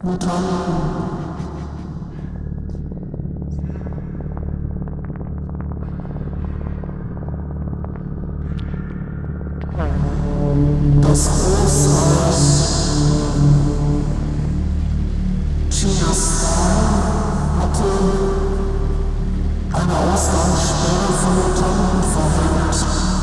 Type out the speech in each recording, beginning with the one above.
Das Großhaus Chinastan hatte eine Ausgangssperre für Mutanten verhängt.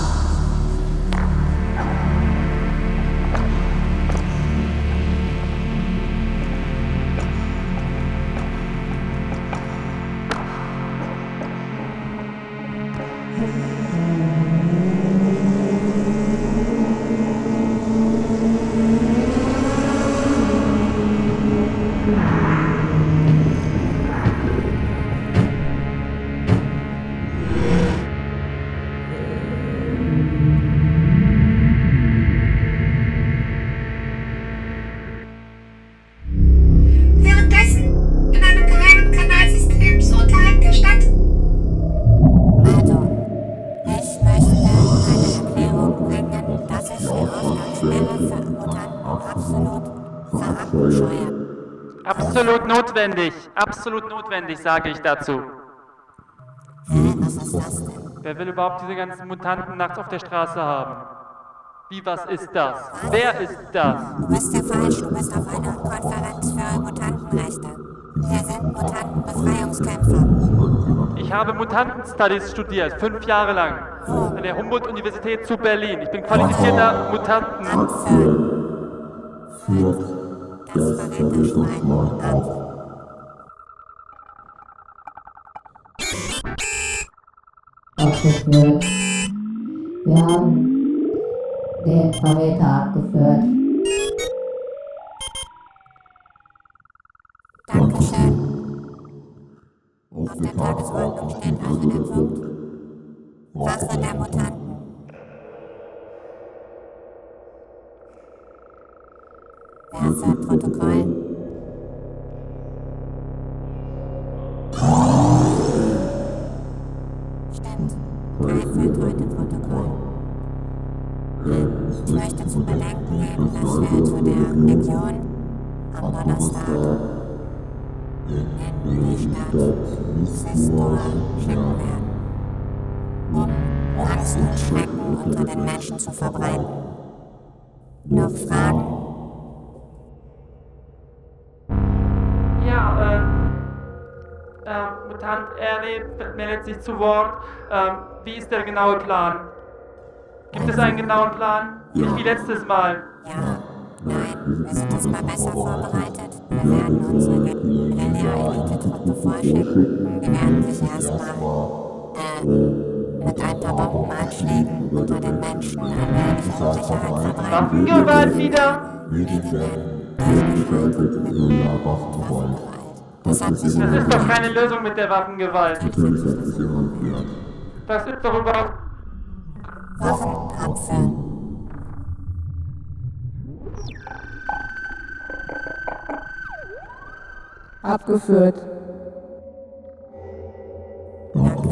Absolut notwendig, sage ich dazu. Was ist das denn? Wer will überhaupt diese ganzen Mutanten nachts auf der Straße haben? Wie, was ist das? Wer ist das? Du bist ja falsch, du bist auf einer Konferenz für Mutantenrechte. Wir sind Mutantenbefreiungskämpfer. Ich habe Mutanten-Studies studiert, 5 Jahre lang. An der Humboldt-Universität zu Berlin. Ich bin qualifizierter Mutanten. Das Verräterschwein ab. Abgeführt. Wir haben den Verräter abgeführt. Dankeschön. Auf der Tagesordnung steht also der Punkt. Wache der Mutanten. Wer führt Protokoll? Führt heute Protokoll. Ich möchte zu bedenken geben, dass wir zu der Legion am Donnerstag in die Stadt Sistor schicken werden, um Angst und Schrecken unter den Menschen zu verbreiten. Noch Fragen? Mutant RD meldet sich zu Wort. Wie ist der genaue Plan? Gibt es einen genauen Plan? Nicht wie letztes Mal. Ja, nein, wir sind diesmal besser vorbereitet. Wir werden unsere Guerilla-Elite-Truppe vorschicken. Die werden sich erstmal mit ein paar Bombenanschlägen unter den Menschen ein wenig Unsicherheit verbreiten. Waffengewalt wieder! Das ist doch keine Lösung mit der Waffengewalt. Das ist doch überhaupt... Waffen abführen. Abgeführt. Danke.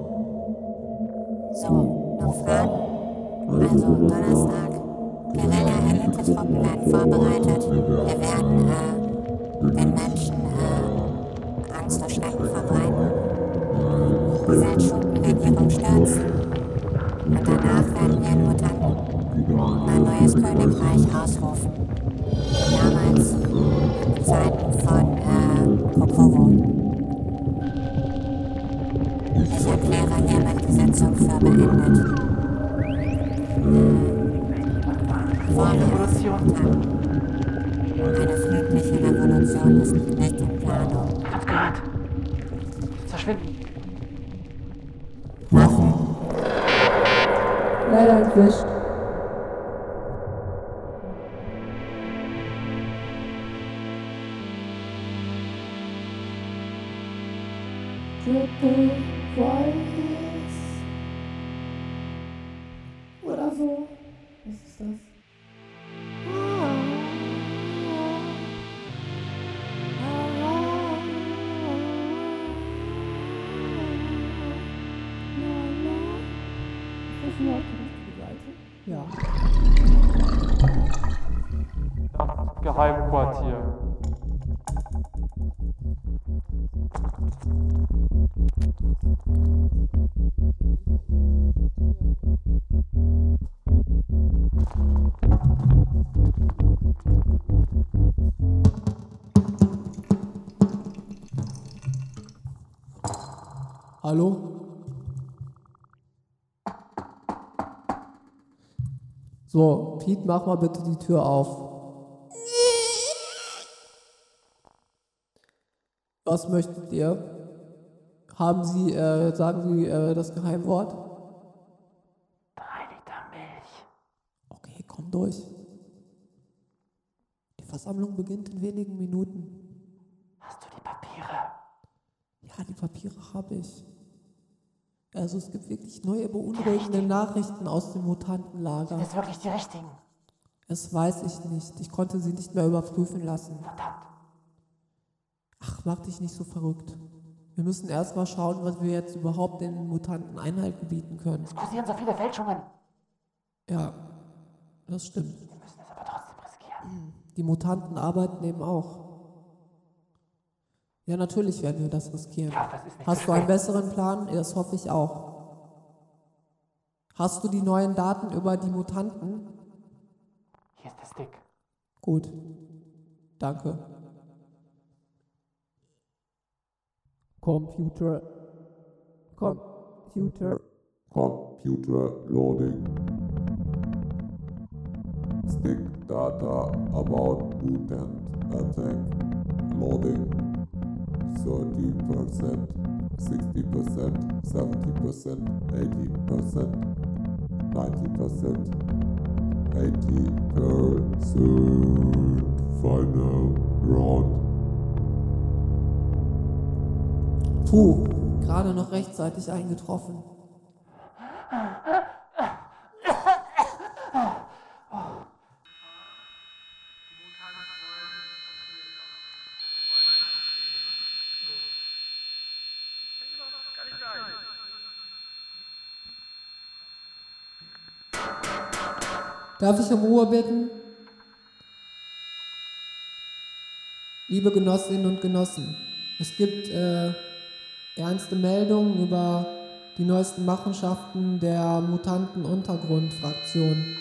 So, noch Fragen? Also Donnerstag. Guerilla-Elite-Truppen werden vorbereitet. Wir werden den Menschen Angst und Schrecken verbreiten. Die Seldschuken-Regierung stürzen. Und danach werden wir in Mutanten ein neues Königreich ausrufen. Wie damals in Zeiten von Kokoro. Ich erkläre hiermit die Sitzung für beendet. Vorwärts, Mutanten. Eine friedliche Revolution ist nicht in Planung. Ich hab's gehört. Verschwinden. Waffen. Leider entwischt. Triple Voice. Oder so. Was ist das? Ja. Geheimquartier. Hallo? So, Piet, mach mal bitte die Tür auf. Was möchtet ihr? Haben Sie, sagen Sie das Geheimwort? 3 Liter Milch. Okay, komm durch. Die Versammlung beginnt in wenigen Minuten. Hast du die Papiere? Ja, die Papiere habe ich. Also es gibt wirklich neue beunruhigende Nachrichten aus dem Mutantenlager. Sind es wirklich die richtigen? Das weiß ich nicht. Ich konnte sie nicht mehr überprüfen lassen. Verdammt. Ach, mach dich nicht so verrückt. Wir müssen erstmal schauen, was wir jetzt überhaupt den Mutanten Einhalt gebieten können. Es kursieren so viele Fälschungen. Ja, das stimmt. Wir müssen es aber trotzdem riskieren. Die Mutanten arbeiten eben auch. Ja, natürlich werden wir das riskieren. Ich hoffe, es ist nicht Hast zu du einen spät. besseren Plan? Ja, das hoffe ich auch. Hast du die neuen Daten über die Mutanten? Hier ist der Stick. Gut. Danke. Computer. Computer loading. Stick data about mutant attack. Loading. 30%, 60%, 70%, 80%, 90%, 80%. Final round. Puh, gerade noch rechtzeitig eingetroffen. Darf ich um Ruhe bitten? Liebe Genossinnen und Genossen, es gibt ernste Meldungen über die neuesten Machenschaften der Mutanten-Untergrund-Fraktion.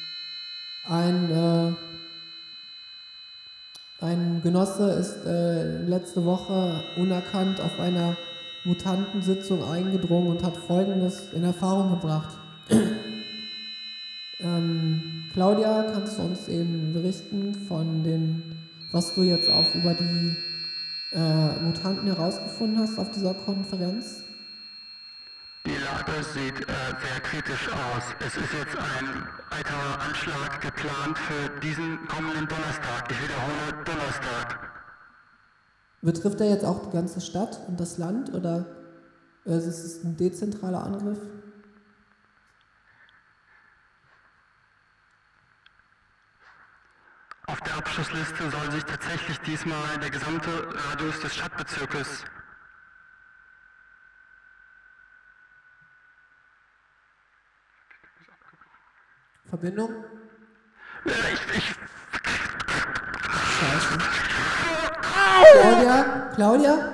Ein Genosse ist letzte Woche unerkannt auf einer Mutantensitzung eingedrungen und hat Folgendes in Erfahrung gebracht. Claudia, kannst du uns eben berichten von was du jetzt über die Mutanten herausgefunden hast auf dieser Konferenz? Die Lage sieht sehr kritisch aus. Es ist jetzt ein weiterer Anschlag geplant für diesen kommenden Donnerstag. Ich wiederhole, Donnerstag. Betrifft er jetzt auch die ganze Stadt und das Land oder ist es ein dezentraler Angriff? Auf der Abschussliste soll sich tatsächlich diesmal der gesamte Radius des Stadtbezirkes Verbindung? Ich Scheiße. Claudia?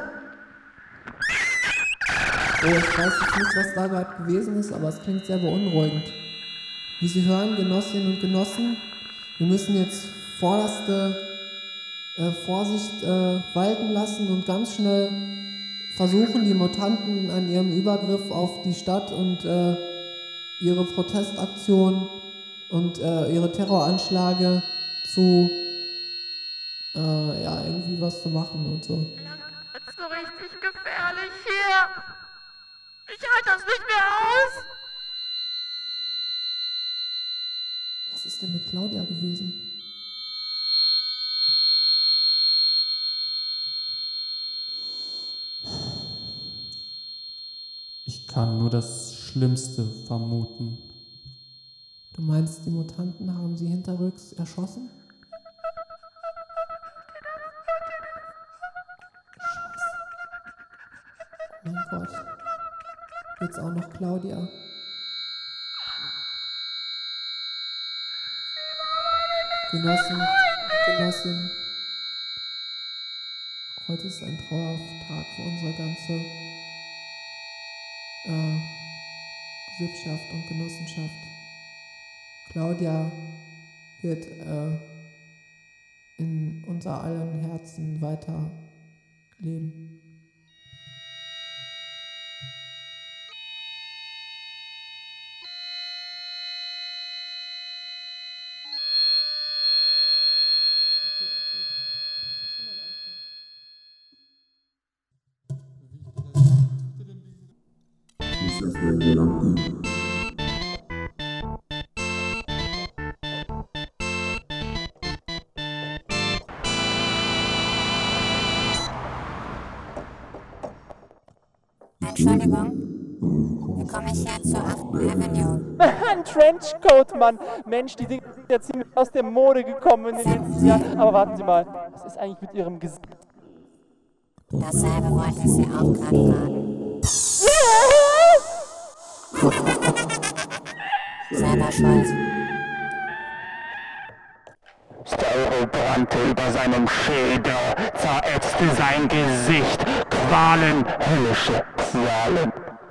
Oh, ich weiß jetzt nicht, was da gerade gewesen ist, aber es klingt sehr beunruhigend. Wie Sie hören, Genossinnen und Genossen, wir müssen jetzt vorderste Vorsicht walten lassen und ganz schnell versuchen, die Mutanten an ihrem Übergriff auf die Stadt und ihre Protestaktion und ihre Terroranschläge zu irgendwie was zu machen und so. Ist so richtig gefährlich hier. Ich halte das nicht mehr aus. Was ist denn mit Claudia gewesen? Ich kann nur das Schlimmste vermuten. Du meinst, die Mutanten haben sie hinterrücks erschossen? Scheiße. Mein Gott. Jetzt auch noch Claudia. Genossin. Heute ist ein Trauertag für unsere ganze Sippschaft und Genossenschaft. Claudia wird in unser allen Herzen weiter leben. Entschuldigung, wie komme ich hier zur 8. Avenue? Ein Trenchcoat, Mann. Mensch, die Dinge sind ja ziemlich aus der Mode gekommen in den letzten Jahren. Aber warten Sie mal, was ist eigentlich mit Ihrem Gesicht? Dasselbe wollte ich Sie auch gerade fragen. Selber schuld. Styro brannte über seinem Schädel, zerätzte sein Gesicht, Qualen, höllische Qualen.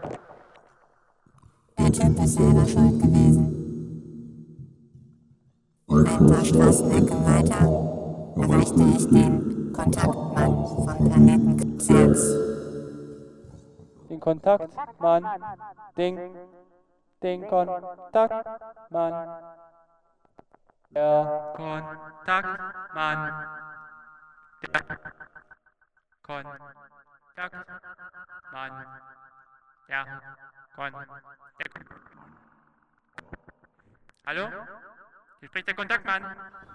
Der Typ ist selber schuld gewesen. Ein paar Straßenecken weiter erreichte ich den Kontaktmann vom Planeten Xerx. Den Kontaktmann. Den Kontaktmann. Ja. Kontaktmann. Kontaktmann. Ja. Hallo? Hier spricht der Kontaktmann.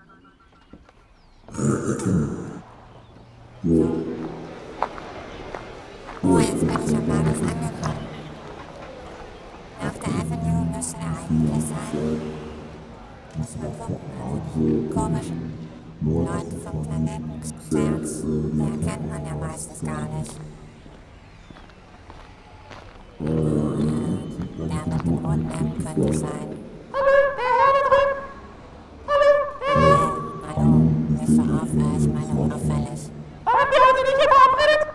Oh, jetzt bin ich am Bahnhof angekommen. Nach der Avenue müsste er eigentlich sein. Muss mal gucken, komisch. Leute vom Planeten Xerx, die erkennt man ja meistens gar nicht. Der mit dem roten Hemd könnte sein. Hallo, nicht so aufhören, ich meine unauffällig. Haben wir heute nicht hier verabredet?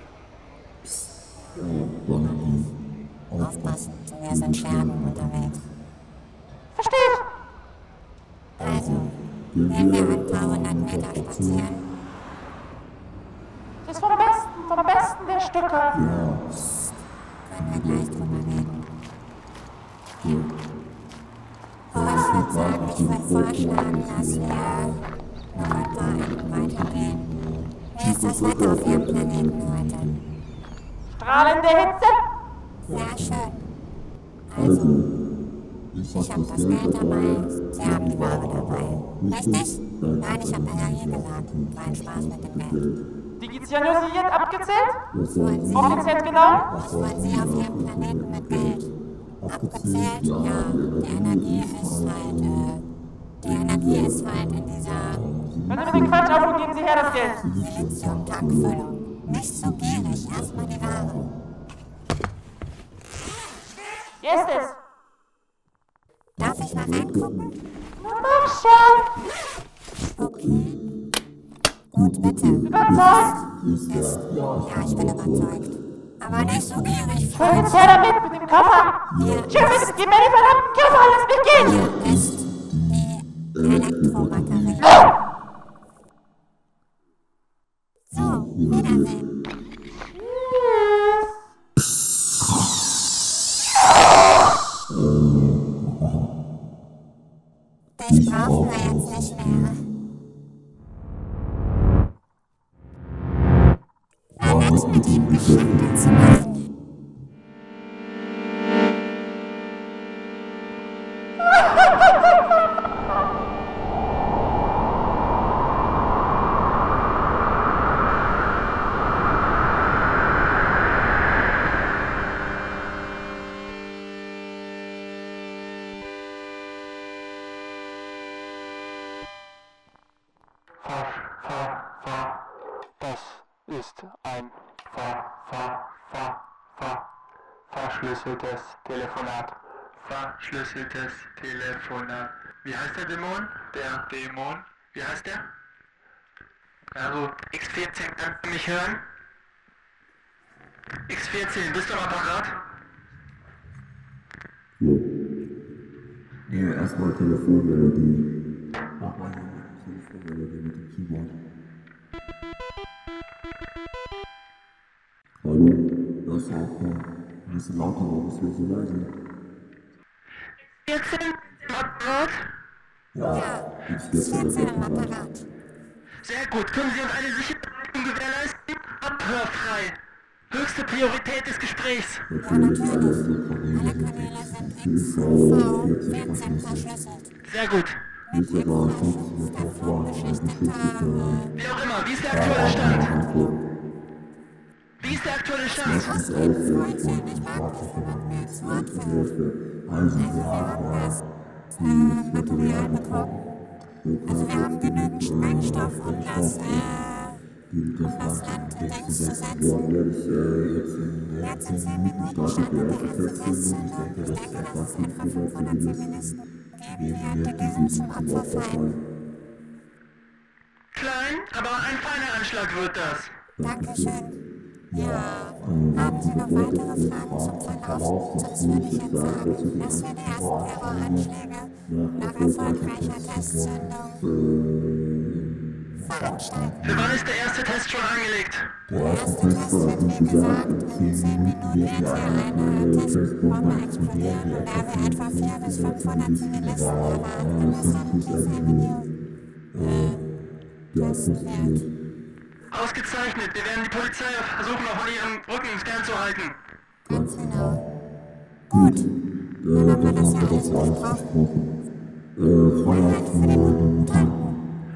Aufpassen, wir sind Schergen unterwegs. Versteht. Also, werden wir ein paar 100 Meter spazieren. Das ist vom Besten der Stücke. Können wir gleich drüber reden. Oh, ich würde sagen, ich würde vorschlagen, dass wir noch ein paar Ecken weitergehen. Wie ist das Wetter auf Ihrem Planeten heute? Strahlende Hitze. Sehr schön. Also, ich habe das Geld dabei, Sie haben die Ware dabei. Richtig? Nein, ich habe Energie geladen. War ein Spaß mit dem Geld. Digitalisierend abgezählt? Was wollen Sie? Auf den Cent genau? Was wollen Sie auf Ihrem Planeten mit Geld? Abgezählt? Ja, die Energie ist halt in dieser Wenn Sie mit dem Quatsch aufhören, geben Sie her das Geld. Silizium-Tankfüllung. Nicht so gierig, erstmal die Ware. Hier ist es. Darf ich mal reingucken? Mach schon. Okay. Gut, bitte. Überzeugt. Ja, ich bin überzeugt. Aber nicht so gierig, Hör Freund. jetzt her damit mit dem Koffer. Tschüss, gib mir den verdammten Koffer, lass mich gehen. Hier ist die Elektrobatterie. So, Wiedersehen. Dich brauchen wir jetzt nicht mehr. War nett mit ihm Geschäfte zu machen. Das ist ein verschlüsseltes Telefonat. Verschlüsseltes Telefonat. Wie heißt der Dämon? Der Dämon. Wie heißt der? Also, X14, kannst du mich hören? X14, bist du am Apparat? Nee, erstmal Telefonmelodie. Mach mal hier Telefonmelodie mit dem Keyboard. Hallo? Das ist auch ein bisschen lauter, warum ist hier so leise? Jetzt sind im Apparat. Ja, jetzt geht's wieder Apparat. Sehr gut. Können Sie uns eine sichere Leitung gewährleisten? Abhörfrei. Höchste Priorität des Gesprächs. Natürlich alle Kanäle sind UV14 verschlüsselt. Sehr gut. Ist aber trotzdem mit Aufwand beschützte. Wie auch immer, wie ist der aktuelle Stand? Wie ist der aktuelle Stand? Das ist aufwendig und ich warte von mir 12 Hälfte. Also wir haben dieses Material bekommen. Also wir haben genügend Sprengstoff, um das Land wegzusetzen. Jetzt in 10 Minuten startet der erste Testzündung. Ich denke, das ist etwa 500 Zivilisten. Geben wir zum Opfer fallen. Klein, aber ein feiner Anschlag wird das. Dankeschön. Ja, haben Sie noch weitere Fragen zum Verlauf? Sonst würde ich jetzt sagen, dass wir die ersten Terroranschläge nach erfolgreicher Testzündung veranstalten. Für wann ist der erste Test schon angelegt? Der erste Test war, wie gesagt, in 10 Minuten wird hier eine Testbombe explodieren, die etwa 400 bis 500 Zivilisten erwarten müssen. Der ist Ausgezeichnet. Wir werden die Polizei versuchen, auch an ihrem Rücken fernzuhalten. Ganz genau. gut. Dann haben wir das alles besprochen. Feuer für die Mutanten.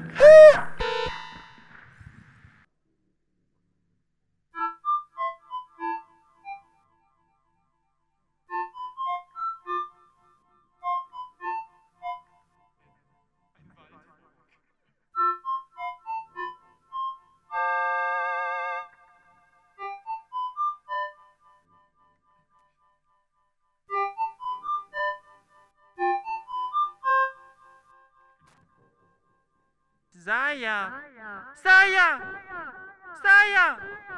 Saya! Saya! Saya!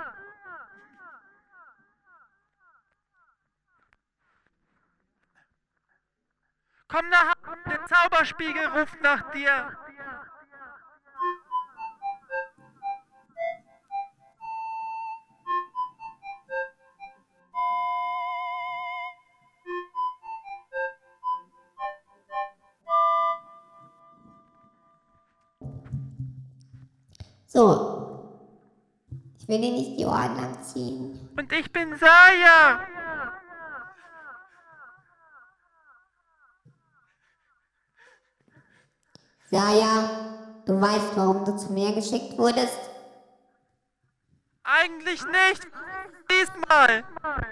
Komm nach Hause, der Zauberspiegel ruft nach dir! So. Ich will dir nicht die Ohren lang ziehen. Und ich bin Saya! Saya, du weißt, warum du zu mir geschickt wurdest? Eigentlich nicht! Diesmal!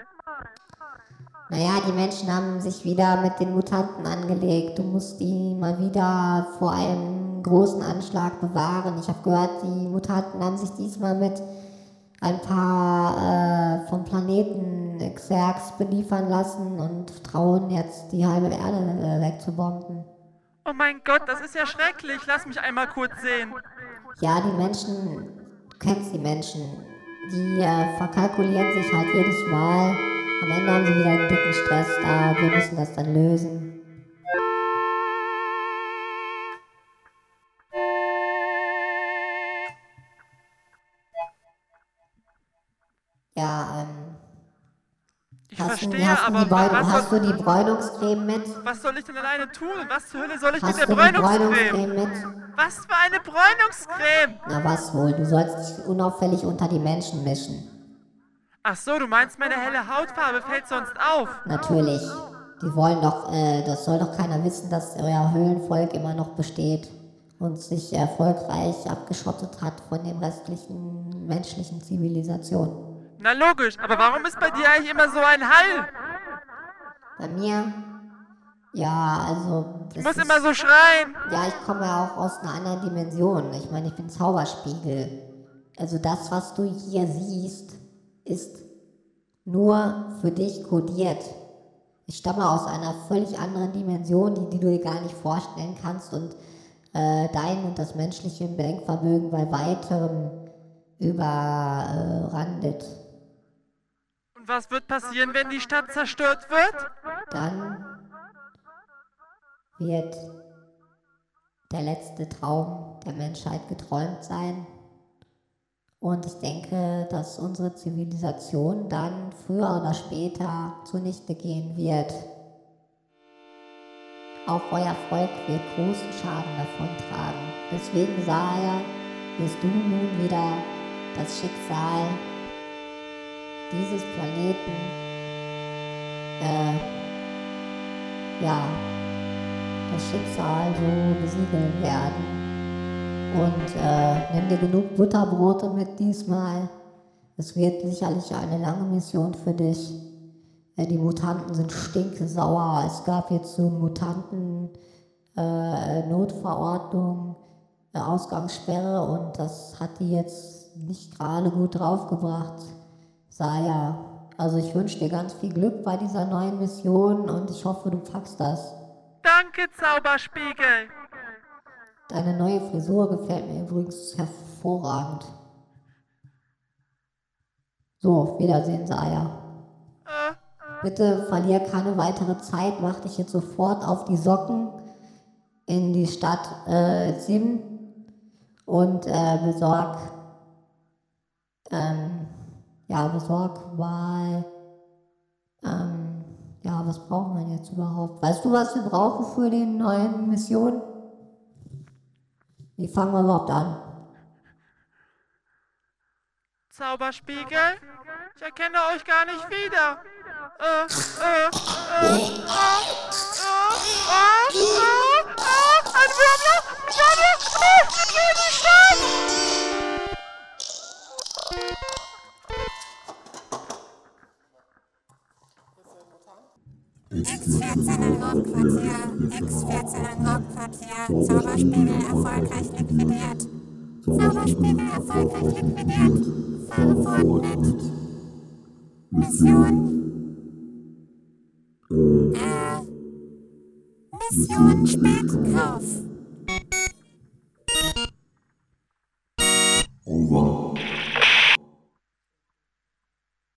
Naja, die Menschen haben sich wieder mit den Mutanten angelegt. Du musst die mal wieder vor einem großen Anschlag bewahren. Ich habe gehört, die Mutanten haben sich diesmal mit ein paar vom Planeten Xerx beliefern lassen und trauen jetzt die halbe Erde wegzubomben. Oh mein Gott, das ist ja schrecklich. Lass mich einmal kurz sehen. Ja, die Menschen, du kennst die Menschen, die verkalkulieren sich halt jedes Mal. Am Ende haben sie wieder einen dicken Stress da. Wir müssen das dann lösen. Ja, ich verstehe, aber hast du die Bräunungscreme mit? Was soll ich denn alleine tun? Was zur Hölle soll ich mit Hast der du die Bräunungscreme? mit? Was für eine Bräunungscreme? Na was wohl, du sollst dich unauffällig unter die Menschen mischen. Ach so, du meinst, meine helle Hautfarbe fällt sonst auf? Natürlich. Die wollen doch, das soll doch keiner wissen, dass euer Höhlenvolk immer noch besteht und sich erfolgreich abgeschottet hat von dem restlichen menschlichen Zivilisation. Na logisch, aber warum ist bei dir eigentlich immer so ein Hall? Bei mir? Ja, also... Du musst immer so schreien. Ja, ich komme ja auch aus einer anderen Dimension. Ich meine, ich bin Zauberspiegel. Also das, was du hier siehst, ist nur für dich kodiert. Ich stamme aus einer völlig anderen Dimension, die du dir gar nicht vorstellen kannst und dein und das menschliche Denkvermögen bei weiterem überrandet. Und was wird passieren, wenn die Stadt zerstört wird? Dann wird der letzte Traum der Menschheit geträumt sein. Und ich denke, dass unsere Zivilisation dann früher oder später zunichte gehen wird. Auch euer Volk wird großen Schaden davon tragen. Deswegen, Saja, wirst du nun wieder das Schicksal dieses Planeten, das Schicksal so besiegeln werden. Und nimm dir genug Butterbrote mit diesmal. Es wird sicherlich eine lange Mission für dich. Die Mutanten sind stinkesauer. Es gab jetzt so Mutanten Notverordnung, Ausgangssperre und das hat die jetzt nicht gerade gut draufgebracht. Saja, also ich wünsche dir ganz viel Glück bei dieser neuen Mission und ich hoffe, du packst das. Danke, Zauberspiegel. Deine neue Frisur gefällt mir übrigens hervorragend. So, Wiedersehen, Saja. Bitte verlier keine weitere Zeit, mach dich jetzt sofort auf die Socken in die Stadt Zim und besorg mal, was brauchen wir jetzt überhaupt? Weißt du, was wir brauchen für die neuen Missionen? Wie fangen wir überhaupt an? Zauberspiegel? Ich erkenne euch gar nicht wieder. Ein Wirbler? Ich will die Stadt! X14 im Hauptquartier. Zauberspiegel erfolgreich liquidiert. Zauberspiegel erfolgreich liquidiert. Fahre fort mit Mission. Mission Spätkauf.